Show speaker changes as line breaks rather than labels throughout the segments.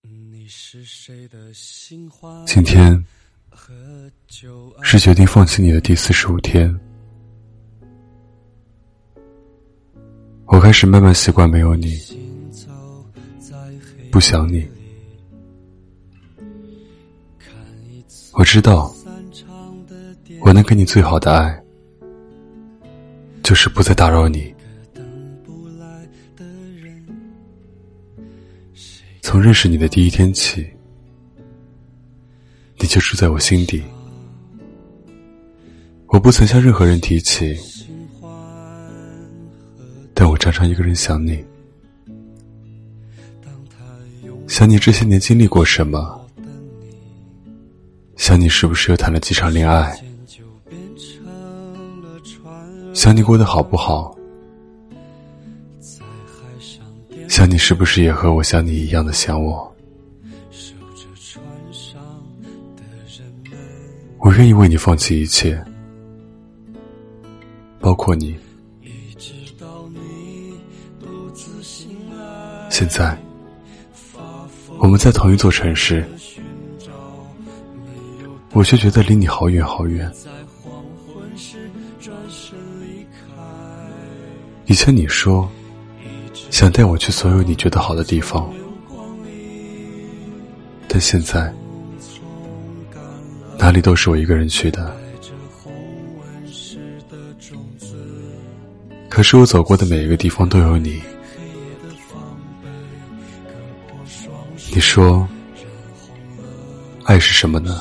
今天是决定放弃你的第45天，我开始慢慢习惯没有你，不想你。我知道我能给你最好的爱，就是不再打扰你。从认识你的第一天起，你就住在我心底。我不曾向任何人提起，但我常常一个人想你，想你这些年经历过什么，想你是不是又谈了几场恋爱，想你过得好不好，想你是不是也和我想你一样的想我。我愿意为你放弃一切，包括你。现在我们在同一座城市，我却觉得离你好远好远。以前你说想带我去所有你觉得好的地方，但现在哪里都是我一个人去的。可是我走过的每一个地方都有你。你说爱是什么呢？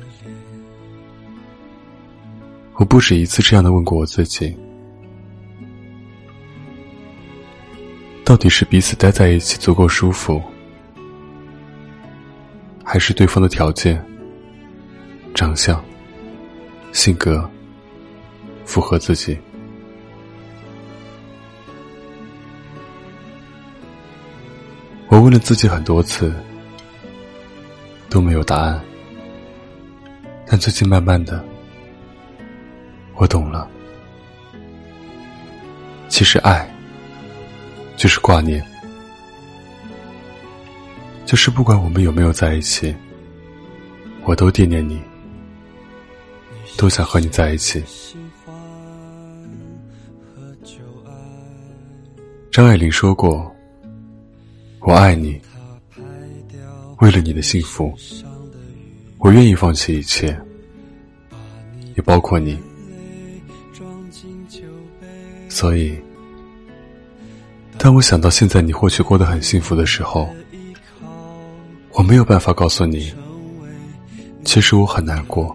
我不止一次这样的问过我自己，到底是彼此待在一起足够舒服，还是对方的条件、长相、性格符合自己？我问了自己很多次，都没有答案。但最近慢慢的，我懂了。其实爱就是挂念，就是不管我们有没有在一起，我都惦念你，都想和你在一起。张爱玲说过，我爱你，为了你的幸福，我愿意放弃一切，也包括你。所以当我想到现在你或许过得很幸福的时候，我没有办法告诉你，其实我很难过。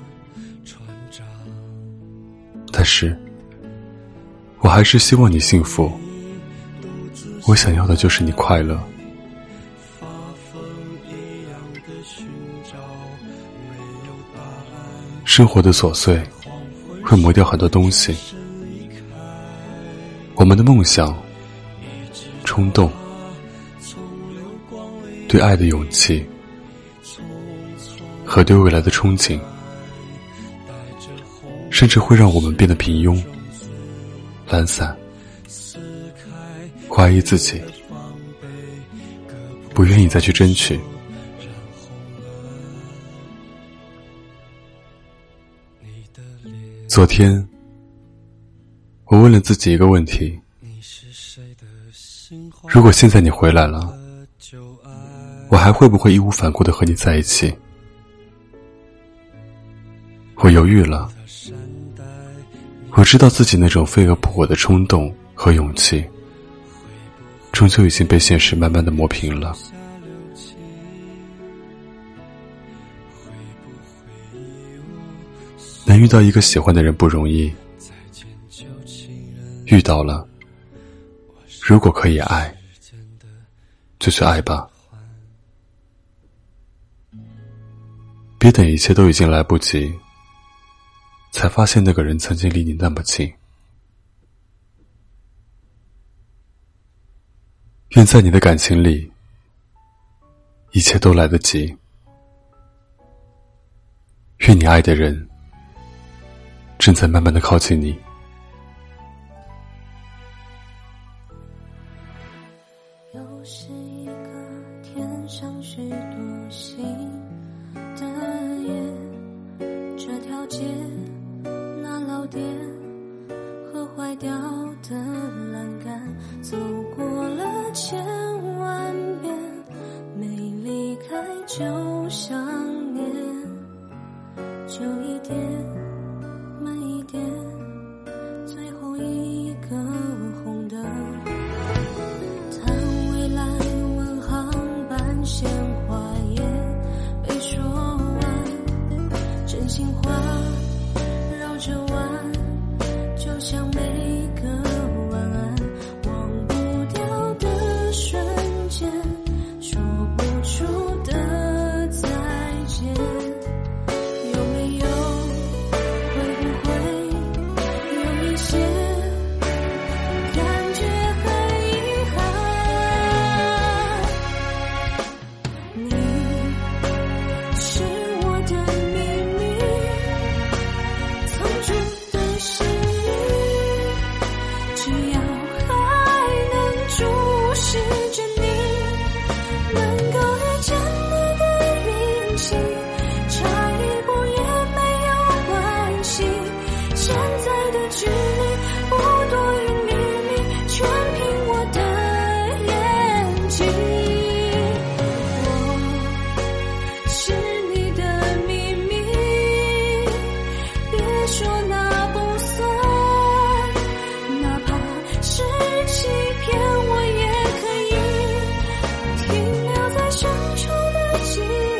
但是我还是希望你幸福，我想要的就是你快乐。生活的琐碎会磨掉很多东西，我们的梦想、冲动、对爱的勇气和对未来的憧憬，甚至会让我们变得平庸、懒散，怀疑自己，不愿意再去争取。昨天我问了自己一个问题，如果现在你回来了，我还会不会义无反顾地和你在一起？我犹豫了，我知道自己那种飞蛾扑火的冲动和勇气，终究已经被现实慢慢地磨平了。能遇到一个喜欢的人不容易，遇到了，如果可以爱，就去爱吧，别等一切都已经来不及，才发现那个人曾经离你那么近。愿在你的感情里，一切都来得及。愿你爱的人正在慢慢地靠近你。
又是一个天像许多新的夜，这条街那老店和坏掉的栏杆，走过了千万遍，没离开就想念，就一点慢一点，最后一个红灯，谈未来问航班鲜花也没说完，真心话绕着弯，就像每个晚安，忘不掉的瞬间，说不出的再见，有没有会不会有一些感觉很遗憾，你是我的秘密，藏住的心意，只要还能注视着你，能够遇见你的运气，差一步也没有关系，现在的距离不多于厘米，全凭我的眼睛，我是你的秘密，别说那不算，哪怕是欺骗，我也可以停留在深处的记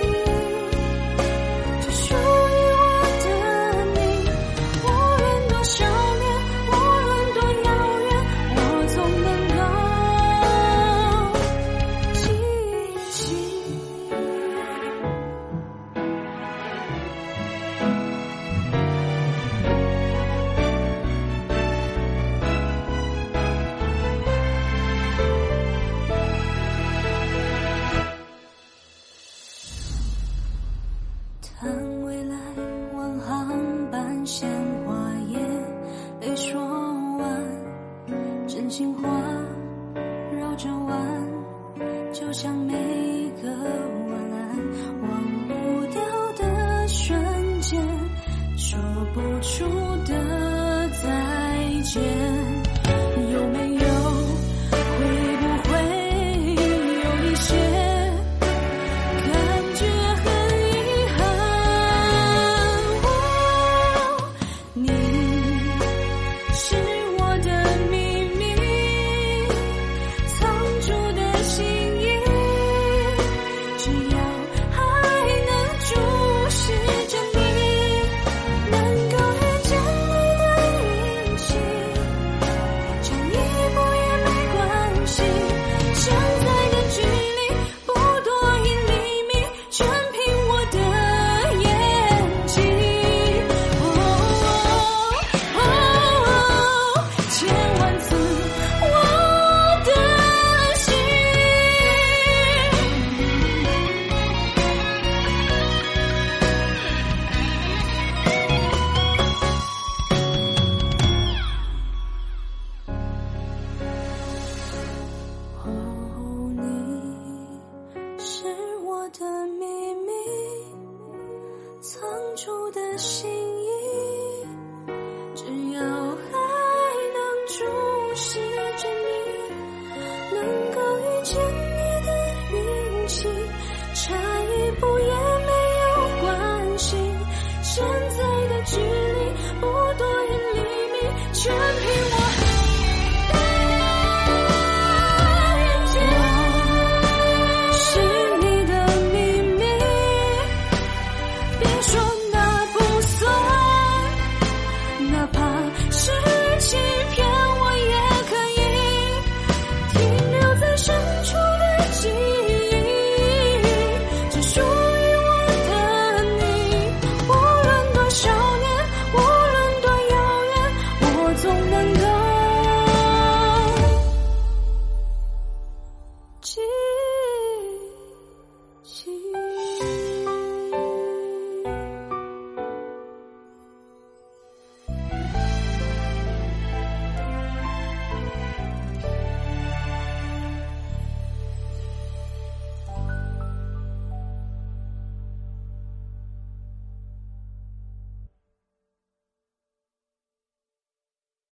忆，只属于我的你，无论多少年，无论多遥远，我总能够记起。谈未来问航班鲜花也没说完，真心话绕着弯，就像每个晚安，忘不掉的瞬间，说不出的再见，有没有会不会有一些感觉很遗憾，你是我的秘密，藏住的心意，只要还能注视着你，能够遇见你的运气，差一步也没关系，现在的距离不多于厘米，全凭我的眼睛，千万次我的心，你是我的秘密，藏住的心